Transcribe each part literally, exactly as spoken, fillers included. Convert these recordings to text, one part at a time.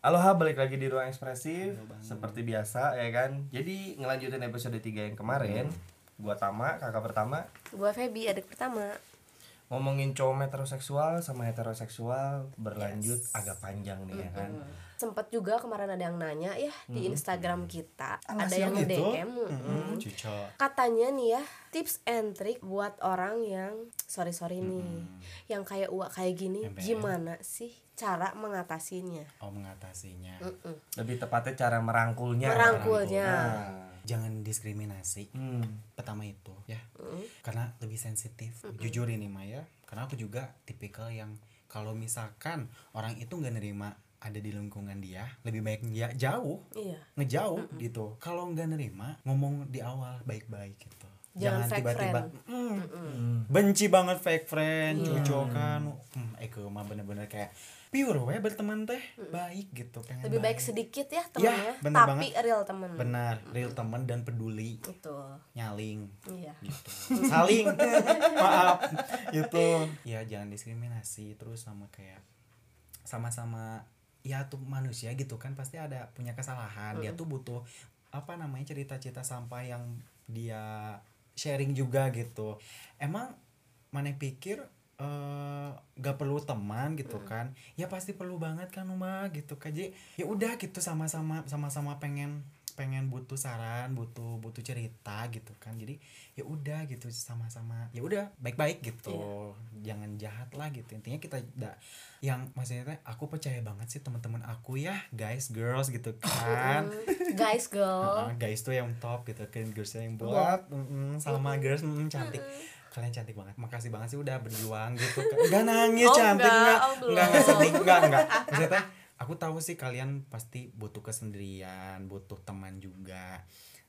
Aloha, balik lagi di Ruang Ekspresif seperti biasa ya kan. Jadi ngelanjutin episode tiga yang kemarin, gua Tama, kakak pertama. Gua Feby, adik pertama. Ngomongin cowok metroseksual sama heteroseksual berlanjut Yes. agak panjang nih ya kan. Sempet juga kemarin ada yang nanya ya di Instagram kita, Ah, ada siang yang itu? D M. mm-mm. Cuco. Katanya nih ya, tips and trick buat orang yang sorry sorry nih, yang kayak uak kayak gini, M B M. gimana sih cara mengatasinya? Oh, mengatasinya. Mm-mm. Lebih tepatnya cara merangkulnya. Merangkulnya. Nah. Jangan diskriminasi. Hmm. Pertama itu ya. Mm. Karena lebih sensitif. Jujur ini Maya, karena aku juga tipikal yang kalau misalkan orang itu nggak nerima ada di lingkungan dia, lebih baik ya jauh, Iya. ngejauh gitu. Kalau nggak nerima, ngomong di awal baik-baik gitu. Jangan fake tiba-tiba friend. mm, Hmm. benci banget fake friend, Iya. cucok kan. Hmm, Eko mah bener-bener kayak pure we berteman teh, baik gitu, pengen Lebih baik sedikit ya Ya, temennya, bener tapi banget. real temen. Benar, real teman dan peduli, Betul. nyaling Iya. gitu. Saling. Maaf. Gitu. Ya jangan diskriminasi terus sama kayak sama-sama ya tuh manusia gitu kan pasti ada punya kesalahan. Dia tuh butuh apa namanya cerita-cerita sampah yang dia sharing juga gitu. Emang mana pikir eh gak perlu teman gitu kan? Ya pasti perlu banget kan Uma gitu kan. Jadi ya udah gitu sama-sama sama-sama pengen pengen butuh saran, butuh butuh cerita gitu kan. Jadi ya udah gitu sama-sama. Ya udah baik-baik gitu. Jangan jahat lah gitu. Intinya kita da, yang maksudnya teh aku percaya banget sih teman-teman aku ya, guys, girls gitu kan. Guys, girl. Ah, guys tuh yang top gitu kan, girlsnya yang buat mm, sama girls mm, cantik. Kalian cantik banget, makasih banget sih udah berjuang gitu kan. Enggak nangis, Oh, cantik enggak, enggak oh, belum. enggak enggak sedih enggak enggak maksudnya teh, aku tahu sih kalian pasti butuh kesendirian, butuh teman juga.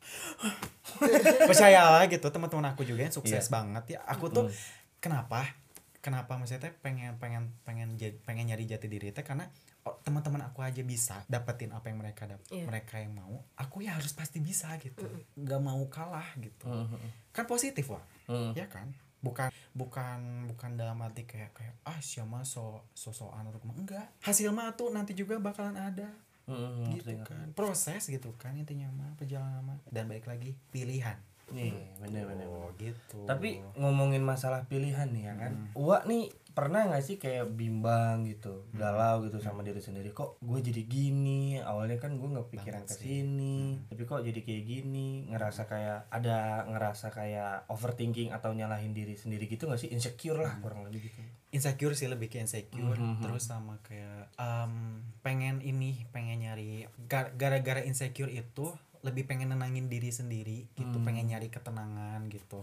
Percayalah gitu, teman-teman aku juga yang sukses Iya. banget ya. Aku tuh kenapa kenapa maksudnya teh pengen pengen pengen jad- pengen nyari jati diri teh karena oh, teman-teman aku aja bisa dapetin apa yang mereka dap- Iya. mereka yang mau, aku ya harus pasti bisa gitu. Nggak mau kalah gitu. Hmm. Kan positif Wak. Hmm. Ya kan, bukan bukan bukan dalam arti kayak kayak ah siapa so sosokan atau kemana, enggak, hasil mah tuh nanti juga bakalan ada. Hmm. Gitu kan, proses gitu kan intinya mah, perjalanan mah, dan balik lagi pilihan. Nih, bener-bener. Oh gitu. Tapi ngomongin masalah pilihan nih ya kan, Uwa nih pernah nggak sih kayak bimbang gitu, galau gitu sama diri sendiri, kok gue jadi gini, awalnya kan gue nggak pikiran ke Banget sih. sini, tapi kok jadi kayak gini, ngerasa kayak ada ngerasa kayak overthinking atau nyalahin diri sendiri gitu nggak sih, insecure lah kurang lebih gitu. insecure sih, lebih ke insecure. Mhm. Terus sama kayak um, pengen ini pengen nyari gar- gara-gara insecure itu lebih pengen nenangin diri sendiri gitu, pengen nyari ketenangan gitu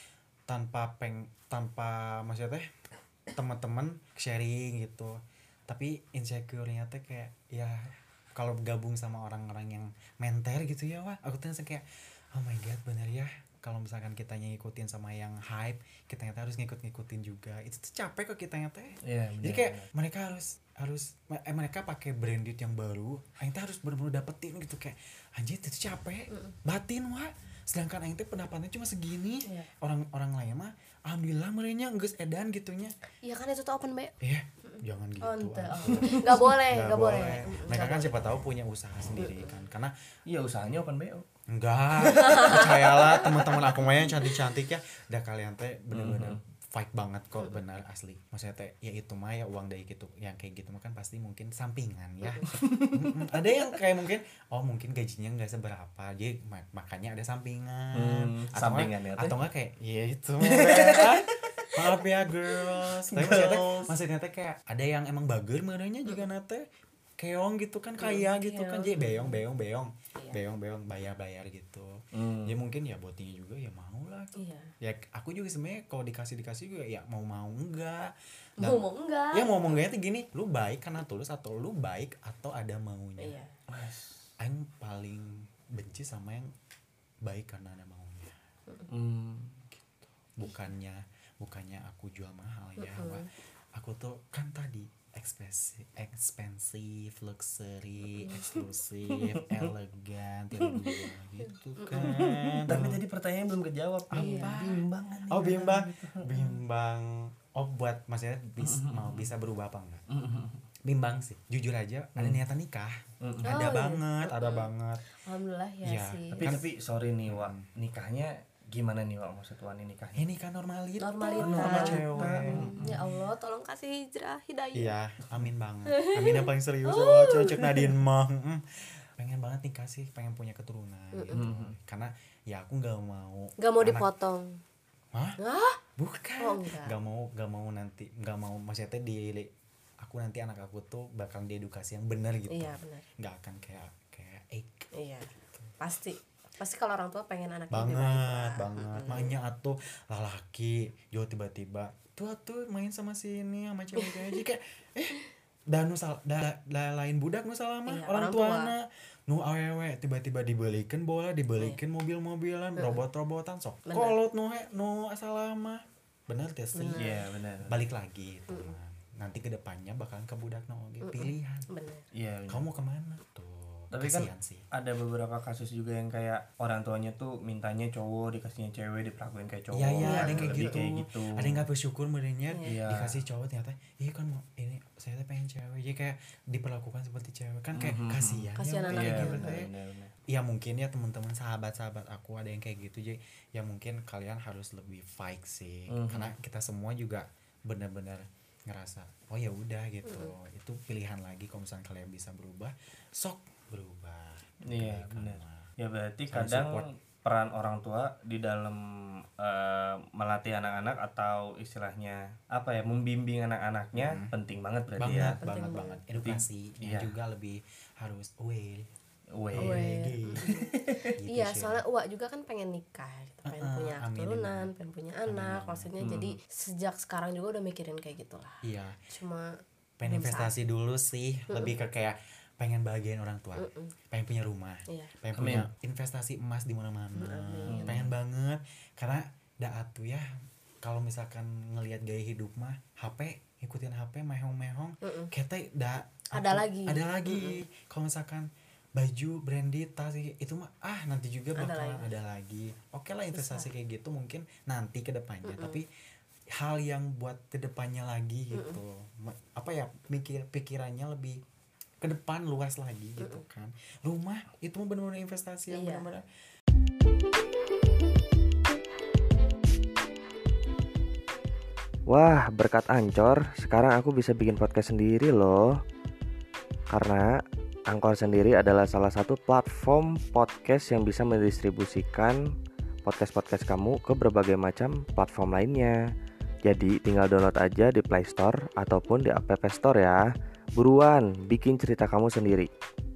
tanpa peng tanpa maksudnya teh teman-teman sharing gitu, tapi insecure-nya teh kayak ya kalau gabung sama orang-orang yang menter gitu ya Wak, aku tuh langsung kayak oh my god bener ya, kalau misalkan kita ngikutin sama yang hype, kita ternyata harus ngikut-ngikutin juga, itu tuh capek kok kita teh. Iya, Jadi kayak mereka harus harus eh, mereka pakai branded yang baru, aing teh harus bener-bener dapetin gitu, kayak anjir itu capek batin Wak, sedangkan aing teh pendapatnya cuma segini. Iya. Orang-orang lain mah alhamdulillah merenya geus edan gitunya. Iya kan itu tuh open B. Iya, jangan gitu. Oh, ente. ah. Oh. Nggak boleh, Nggak nggak boleh. Mereka kan siapa tahu punya usaha sendiri kan, karena Iya, usahanya open B O. enggak, percayalah teman-teman aku mah yang cantik-cantik ya, udah kalian teh bener-bener fight banget kok, benar asli. Maksudnya teh ya itu mah ya uang dari gitu, yang kayak gitu mah kan pasti mungkin sampingan ya. Mm-mm. Ada yang kayak mungkin oh mungkin gajinya nggak seberapa, jadi mak- makanya ada sampingan. Hmm, atau sampingan ya, nggak teh? atau nggak kayak ya itu. Ah, maaf ya girls. Tapi maksudnya teh, Girls. maksudnya teh kayak ada yang emang bager merenya juga nate keong gitu kan, kaya gitu kan, jadi beong beong beong Iya. beong beong bayar bayar gitu. Hmm. Ya mungkin ya buatnya juga ya mau lah. Iya. Ya aku juga sebenarnya kalau dikasih dikasih juga ya mau mau enggak. Mau mau enggak? Ya mau mau enggaknya tuh gini, lu baik karena tulus atau lu baik atau ada maunya. Iya. Aing paling benci sama yang baik karena ada maunya. Hmm. Bukannya bukannya aku jual mahal ya, Wak. Aku tuh kan tadi ekspresi expensive, luxury, eksklusif, elegan, tiru dua gitu kan. Tapi tadi pertanyaan belum kejawab. Apa? Bimbang kan. Oh bimbang, bimbang. Oh buat maksudnya bis, mau bisa berubah apa enggak? bimbang sih jujur aja ada niatan nikah Mm. ada Oh, iya. banget ada banget Alhamdullah ya Iya, sih. Tapi tapi sorry nih Wak, nikahnya gimana nih Wak maksud Wak nih nikahnya? ini kan normalita Normalita. sama cewek Hmm, ya Allah tolong kasih hijrah hidayah. iya amin banget amin yang paling serius oh cocok Nadine mah Mm. pengen banget nikah sih pengen punya keturunan gitu. Karena ya aku nggak mau Gak mau anak- dipotong. Hah? Hah? Bukan. Oh, enggak. Gak mau gak mau nanti gak mau maksudnya di aku nanti anak aku tuh bakal diedukasi yang benar gitu. Iya benar. Gak akan kayak kayak eh Iya. Pasti. Pasti kalau orang tua pengen anaknya banget lebih baik. banget. Makanya atuh laki jauh tiba-tiba tuh tuh main sama si ini sama cewek aja kayak eh dan nu sal da, da, lain budak nu salah mah Iya, orang orang tua tua. na nu awewe tiba-tiba dibelikin bola dibelikin mobil-mobilan robot-robotan sok Bener. kolot nu he nu salah mah bener teh sih Iya benar. balik lagi itu mah. Nanti kedepannya bakalan ke budak no oge pilihan Benar. Iya. benar. kamu mau kemana tuh Tapi kan kasihan sih ada beberapa kasus juga yang kayak orang tuanya tuh mintanya cowok dikasihnya cewek diperlakuin kayak cowok. iya iya ada yang kayak lebih gitu. kayak gitu. Ada yang nggak bersyukur merenya Iya. dikasih cowok ternyata iya kan mau ini saya tuh pengen cewek jadi kayak diperlakukan seperti cewek kan kayak Mhm. kasihan Kasihan ya, anak kayak Iya gitu benar ya. benar benar. Ya mungkin ya teman-teman sahabat-sahabat aku ada yang kayak gitu jadi ya mungkin kalian harus lebih fight sih Mhm. karena kita semua juga benar-benar ngerasa oh ya udah gitu itu pilihan lagi kalau misalnya kalian bisa berubah sok berubah. Iya Kebaikan benar. mah. Ya berarti Saling kadang support. peran orang tua di dalam eh, melatih anak-anak atau istilahnya apa ya membimbing anak-anaknya penting banget berarti banget ya. Penting banget banget. banget edukasinya Iya. juga lebih harus aware Weh. Aware. gitu Iya, sih. soalnya Uwa juga kan pengen nikah, gitu. pengen Uh-uh, punya amin, keturunan, amin. pengen punya anak, maksudnya jadi sejak sekarang juga udah mikirin kayak gitulah. iya Cuma pengen belum investasi dulu sih lebih ke kayak pengen bahagiain orang tua pengen punya rumah Iya. pengen Amin. punya investasi emas di mana-mana pengen banget karena daat tuh ya kalau misalkan ngelihat gaya hidup mah H P ikutin H P mehong-mehong kete da Ada aku- lagi. ada lagi kalau misalkan baju branded tas itu mah ah nanti juga Ada bakalan lagi. ada lagi oke lah investasi kayak gitu mungkin nanti ke depannya tapi hal yang buat kedepannya lagi gitu Ma- apa ya mikir pikirannya lebih ke depan luas lagi gitu kan rumah itu mah benar-benar investasi yang Iya. benar-benar Wah, berkat Anchor, sekarang aku bisa bikin podcast sendiri loh. Karena Anchor sendiri adalah salah satu platform podcast yang bisa mendistribusikan podcast-podcast kamu ke berbagai macam platform lainnya. Jadi tinggal download aja di Play Store ataupun di App Store ya. Buruan, bikin cerita kamu sendiri.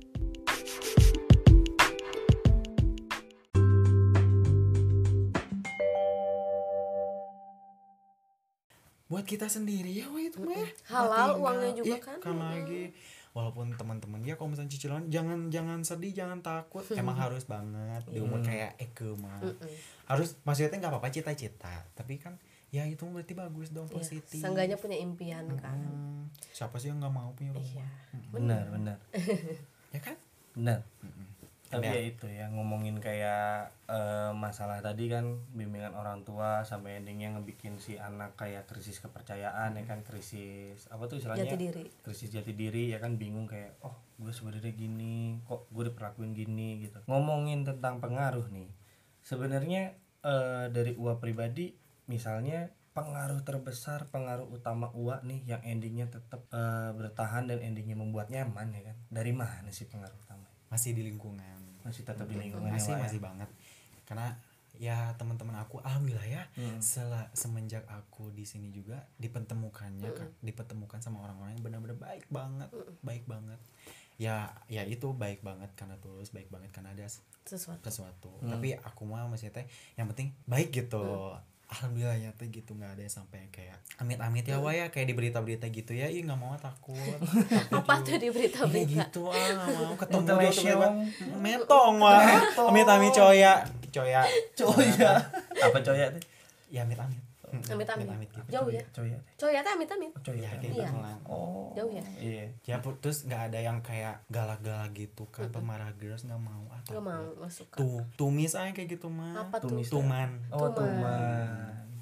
buat kita sendiri ya wah itu mah ya. Halal Buat uangnya tinggal. juga Ih, kan. kan lagi walaupun teman-teman ya kalau misalnya cicilan jangan jangan sedih jangan takut emang harus banget di umur kayak Eke mah harus maksudnya nggak apa-apa cita-cita tapi kan ya itu berarti bagus dong Iya, positif. seenggaknya punya impian kan. Hmm, siapa sih yang nggak mau punya rumah Iya. Benar benar. ya kan Benar. Tapi Ada. ya itu ya ngomongin kayak eh, masalah tadi kan bimbingan orang tua sampai endingnya ngebikin si anak kayak krisis kepercayaan ya kan krisis apa tuh istilahnya Jati diri. krisis jati diri ya kan bingung kayak oh gue sebenarnya gini kok gue diperlakuin gini gitu. Ngomongin tentang pengaruh nih sebenarnya eh, dari Uwa pribadi misalnya pengaruh terbesar pengaruh utama Uwa nih yang endingnya tetap eh, bertahan dan endingnya membuat nyaman ya kan dari mana sih pengaruh utama? masih di lingkungan Masih tetap di lingkungan masih ya, Wak, ya? masih banget karena ya teman-teman aku alhamdulillah ya Hmm. sela, semenjak aku di sini juga dipertemukannya kan dipertemukan sama orang-orang yang benar-benar baik banget baik banget ya ya itu baik banget karena tulus baik banget karena ada Sesuatu. sesuatu tapi aku mah masih teh yang penting baik gitu alhamdulillahnya tuh gitu nggak ada yang sampai kayak amit-amit ya wah ya kayak di berita-berita gitu ya ih nggak mau takut Apa tuh di Iya berita-berita? gitu ah nggak mau ketemu Intellectual. tiba-tiba metong wah amit-amit coya coya Coya. Apa coya tuh? ya amit-amit Amit-amit. amit gitu Jauh ya. Coya. Coy ya teh amit-amit. Coya. ya kayak Iya. gitu lah Oh. Jauh ya? Iya. ya pu- terus nggak ada yang kayak galak-galak gitu kan pemarah girls nggak mau ah Gak takut. mau, gak suka. tuh tumis aja kayak gitu mah Apa tuh? Tumis. tuman Oh, Tuman. tuman. gitu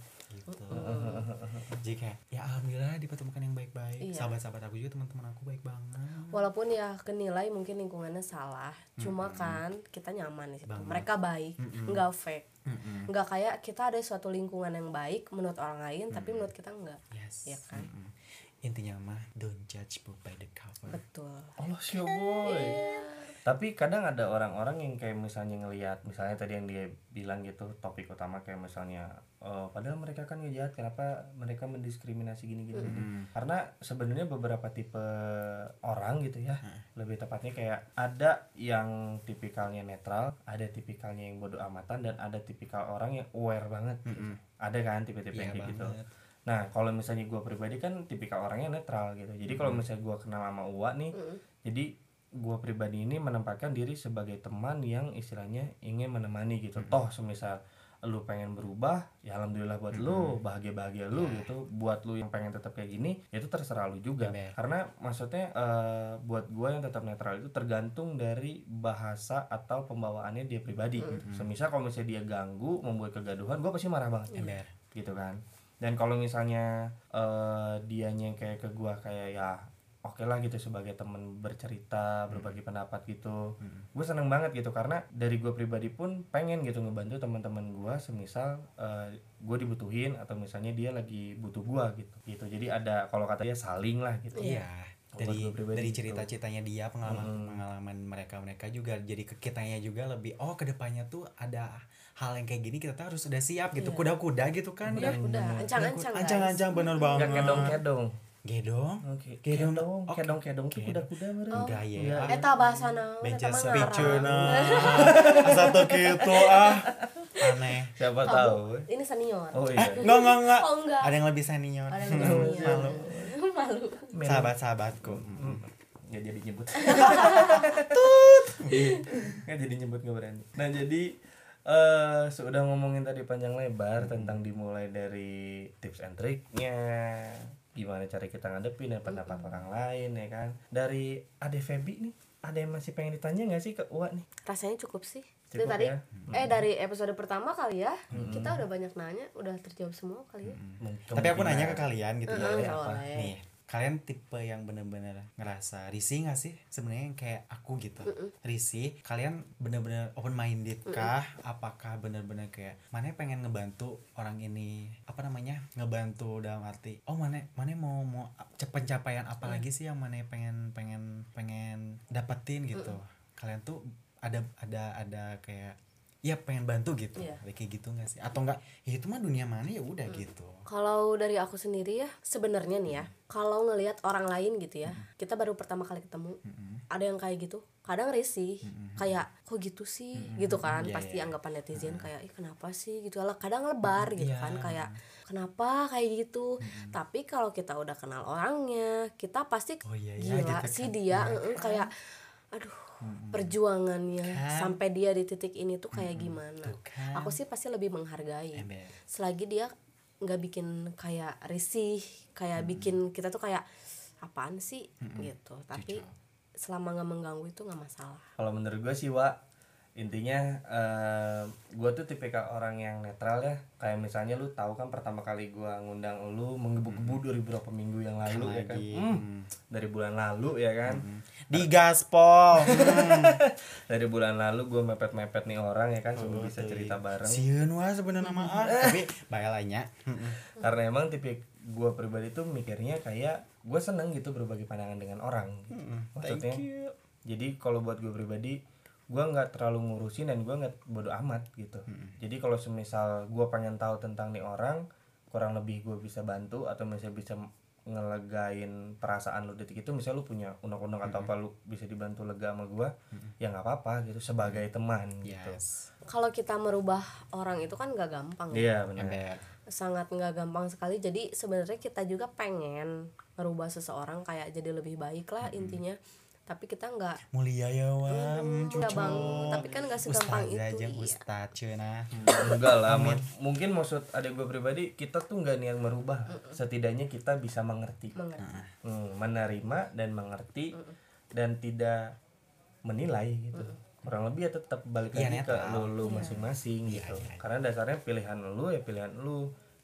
Jadi kayak ya alhamdulillah dipertemukan yang baik-baik. Iya. Sahabat-sahabat aku juga, teman-teman aku baik banget. Walaupun ya kenilai mungkin lingkungannya salah, cuma kan kita nyaman di situ. Banget. Mereka baik, nggak fake, nggak kayak kita ada suatu lingkungan yang baik menurut orang lain, tapi menurut kita enggak. Yes. Ya kan? Mm-mm. Intinya mah don't judge book by the cover. Betul. Allah sih boy. Tapi kadang ada orang-orang yang kayak misalnya ngelihat, misalnya tadi yang dia bilang gitu, topik utama kayak misalnya oh, padahal mereka kan ngejahat, kenapa mereka mendiskriminasi gini-gini. Mm-hmm. Karena sebenarnya beberapa tipe orang gitu ya, lebih tepatnya kayak ada yang tipikalnya netral, ada tipikalnya yang bodoh amatan, dan ada tipikal orang yang aware banget. Mm-hmm. Ada kan tipe-tipe Iya yang kayak gitu. banget. Nah, kalau misalnya gue pribadi kan tipikal orangnya netral gitu. Jadi kalau misalnya gue kenal sama Uwa nih, jadi gue pribadi ini menempatkan diri sebagai teman yang istilahnya ingin menemani gitu. Toh semisal lu pengen berubah, ya alhamdulillah buat lu, bahagia-bahagia lu gitu. Buat lu yang pengen tetap kayak gini, ya itu terserah lu juga. Bener. Karena maksudnya eh, buat gue yang tetap netral itu tergantung dari bahasa atau pembawaannya dia pribadi gitu. Semisal kalau misalnya dia ganggu, membuat kegaduhan, gue pasti marah banget. Ember. Gitu kan. Dan kalau misalnya uh, dianya kayak ke gua kayak ya oke lah gitu sebagai temen bercerita, berbagi pendapat gitu, gue seneng banget gitu karena dari gue pribadi pun pengen gitu ngebantu teman-teman gue semisal uh, gue dibutuhin atau misalnya dia lagi butuh gue gitu gitu. Jadi ada kalau kata dia saling lah gitu. Iya. Kalau Dari buat gua pribadi dari gitu. cerita-ceritanya dia, pengalaman pengalaman mereka mereka juga jadi ke kitanya juga lebih oh kedepannya tuh ada hal yang kayak gini kita tuh harus sudah siap gitu. Iya. Kuda-kuda gitu kan. Udah, udah, ancang-ancang. guys. Ancang-ancang bener banget. Nggak kedong-kedong. Gedong. Oke. Gedong. Kedong, Oke. kedong-kedong tuh Kedong. kuda-kuda meren. Enggak ya. Iya. Eta bahasa naon? Beja Eta mah sepicuna. ngarang. Satu gitu ah. Aneh. Siapa Kamu, tahu. ini senior. Oh Eh, iya. enggak enggak enggak. Oh, enggak. Ada yang lebih senior. Ada yang lebih senior. Malu. Malu. Sahabat-sahabatku. Nggak jadi nyebut. Nggak jadi nyebut, nggak berani. Nah jadi eh sudah ngomongin tadi panjang lebar tentang dimulai dari tips and triknya, gimana cara kita ngadepin dan pendapat orang lain ya kan. Dari Ade Febi nih, ada yang masih pengen ditanya nggak sih ke Uwa nih? Rasanya cukup sih. Cukup Itu tadi ya? eh dari episode pertama kali ya. Kita udah banyak nanya, udah terjawab semua kali ya. Tapi aku nanya ke kalian gitu ya. Heeh, apa? boleh. Nih, kalian tipe yang bener-bener ngerasa risih gak sih? Sebenarnya yang kayak aku gitu. Risih, kalian bener-bener open minded kah? Apakah bener-bener kayak mana pengen ngebantu orang ini? Apa namanya? Ngebantu dalam arti, oh mana mana mau mau cep- pencapaian apa lagi sih yang mana pengen pengen pengen dapetin gitu. Kalian tuh ada ada ada kayak ya pengen bantu gitu. Iya. Ada kayak gitu gak sih? Atau enggak? Ya itu mah dunia mana ya udah gitu. Kalau dari aku sendiri ya, sebenarnya nih ya, kalau ngelihat orang lain gitu ya, kita baru pertama kali ketemu, ada yang kayak gitu, kadang risih, kayak kok gitu sih, gitu kan, Iya, pasti iya. anggapan netizen kayak, ih kenapa sih, gitu lah, kadang lebar gitu Iya. kan, kayak kenapa kayak gitu, tapi kalau kita udah kenal orangnya, kita pasti Oh, iya, iya, gila gitu sih kan. dia, eh, kayak, aduh, perjuangannya Kan. sampai dia di titik ini tuh kayak gimana, Tuh kan. aku sih pasti lebih menghargai Ember. selagi dia nggak bikin kayak risih, kayak bikin kita tuh kayak apaan sih gitu, tapi selama nggak mengganggu itu nggak masalah. Kalau menurut gue sih Wak, intinya eh gue tuh tipikal orang yang netral ya. Kayak misalnya lu tahu kan pertama kali gue ngundang lu menggebu-gebu dari beberapa minggu yang lalu ya kan. Lagi. Hmm, dari bulan lalu ya kan. Di gaspol. Dari bulan lalu gue mepet-mepet nih orang ya kan supaya bisa cerita bareng. Sieun wah sebenarnya mah ah. Tapi bae lah nya. Karena emang tipik gue pribadi tuh mikirnya kayak gue seneng gitu berbagi pandangan dengan orang gitu. Maksudnya jadi kalau buat gue pribadi gue nggak terlalu ngurusin dan gue nggak bodo amat gitu. Jadi kalau semisal gue pengen tahu tentang nih orang, kurang lebih gue bisa bantu atau misalnya bisa ngelegain perasaan lu detik itu, misalnya lu punya undang-undang atau apa lu bisa dibantu lega sama gue, ya nggak apa-apa gitu sebagai teman gitu. Yes. Kalau kita merubah orang itu kan nggak gampang ya, Iya benar. Ember. sangat nggak gampang sekali. Jadi sebenarnya kita juga pengen merubah seseorang kayak jadi lebih baik lah intinya, tapi kita nggak Mulia ya wah. Hmm, nggak bang, tapi kan nggak segampang Ustazah itu. jeung Iya. ustaz cenah. Enggak lah, mu- mungkin maksud adik gue pribadi kita tuh nggak niat merubah, setidaknya kita bisa mengerti, Mengerti. Hmm, menerima dan mengerti dan tidak menilai gitu. Kurang lebih ya tetap balik Iya, lagi ke netral. lu, lu masing-masing gitu. Karena dasarnya pilihan lu ya pilihan lu.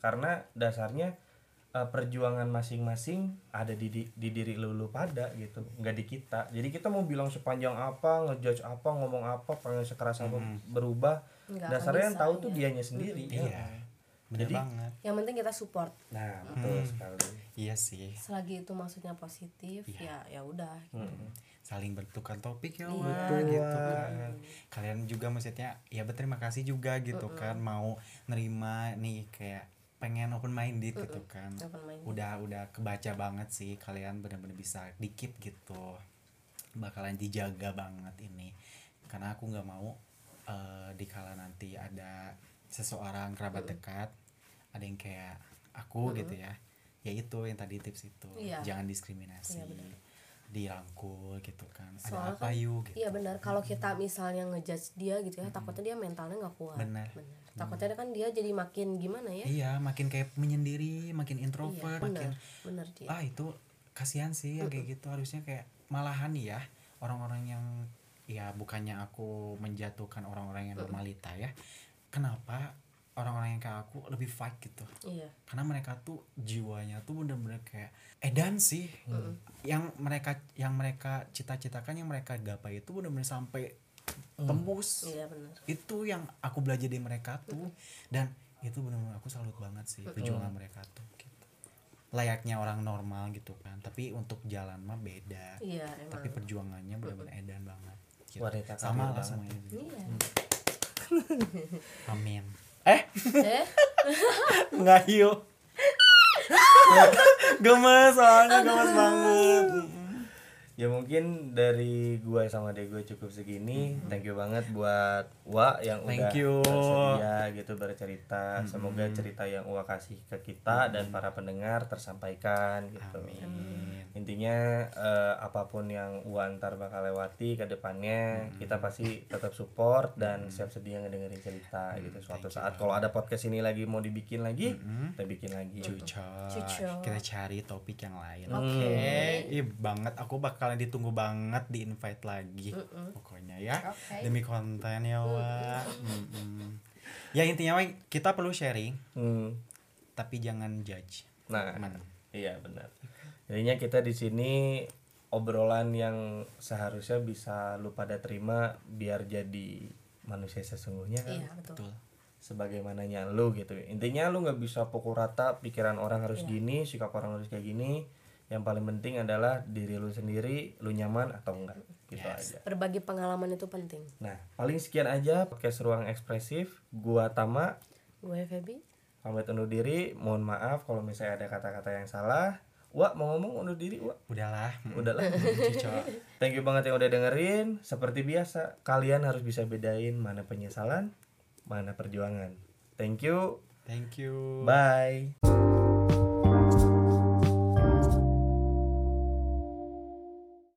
karena dasarnya uh, perjuangan masing-masing ada di, di di diri lu, lu pada gitu, nggak di kita. Jadi kita mau bilang sepanjang apa, ngejudge apa, ngomong apa, pengen sekeras apa Hmm. berubah, Nggak akan dasarnya yang bisa, tahu tuh ya. dianya sendiri. Iya, Ya. bener Jadi- banget. Yang penting kita support. Nah betul Hmm. sekali. Iya sih, Selagi itu maksudnya positif, Iya. ya ya udah. Hmm. saling bertukar topik ya Iya. Wak, Betul, gitu Wak. kan. Kalian juga maksudnya ya berterima kasih juga gitu kan, mau nerima nih kayak pengen open minded gitu kan. Open minded. Udah udah kebaca banget sih, kalian benar-benar bisa dikit gitu, bakalan dijaga banget ini, karena aku nggak mau eh, dikala nanti ada seseorang kerabat dekat ada yang kayak aku gitu ya, ya itu yang tadi tips itu, Iya. jangan diskriminasi, Iya, benar. dirangkul gitu kan, Soalnya ada apa kan- yuk gitu. Iya benar. Kalau kita misalnya ngejudge dia gitu ya, takutnya dia mentalnya nggak kuat. Benar. Takutnya kan dia jadi makin gimana ya? Iya, makin kayak menyendiri, makin introvert, Iya, benar. makin Benar dia. ah itu kasihan sih yang kayak gitu. Harusnya kayak malahan nih ya orang-orang yang ya bukannya aku menjatuhkan orang-orang yang normalita ya, kenapa orang-orang yang kayak aku lebih fight gitu, Iya. karena mereka tuh jiwanya tuh bener-bener kayak edan sih, yang mereka yang mereka cita-citakan, yang mereka gapai itu bener-bener sampai tembus. Iya benar. Itu yang aku belajar dari mereka tuh, dan itu benar-benar aku salut banget sih perjuangan mereka tuh gitu. Layaknya orang normal gitu kan, tapi untuk jalan mah beda, Iya emang. tapi perjuangannya benar-benar edan banget gitu. Wanita Sama karir lah banget. semuanya gitu. Iya. Amin. Eh Eh? nggak yuk gemes soalnya, gemes banget. Ya mungkin dari gua sama Dego cukup segini. Thank you banget buat Wa yang Thank udah you. bersedia gitu bercerita. Semoga cerita yang Wa kasih ke kita dan para pendengar tersampaikan gitu. Amin. Intinya eh, apapun yang Wa ntar bakal lewati ke depannya, kita pasti tetap support dan siap sedia ngedengerin cerita gitu. Suatu saat kalau ada podcast ini lagi mau dibikin lagi, kita bikin lagi. Cucok. Cucok. Kita cari topik yang lain. Oke. Ih banget, aku bakalan ditunggu banget di invite lagi. Pokoknya ya. Oke. Demi konten ya, Wak. Mm-mm. Ya intinya Wak, kita perlu sharing Hmm. tapi jangan judge. Nah, Mana? iya benar. Jadinya kita di sini obrolan yang seharusnya bisa lu pada terima biar jadi manusia sesungguhnya kan. Iya betul. Betul. Sebagaimananya lu gitu. Intinya lu nggak bisa pukul rata pikiran orang harus gini, sikap orang harus kayak gini. Yang paling penting adalah diri lu sendiri, lu nyaman atau enggak. Gitu Yes. aja. Berbagi pengalaman itu penting. Nah, paling sekian aja podcast Ruang Ekspresif. Gua Tama, Gue Feby. pamit undur diri. Mohon maaf kalau misalnya ada kata-kata yang salah. Wak mau ngomong undur diri, Wak. Udahlah. Udahlah. Cucok. Thank you banget yang udah dengerin. Seperti biasa, kalian harus bisa bedain mana penyesalan, mana perjuangan. Thank you. Thank you. Bye.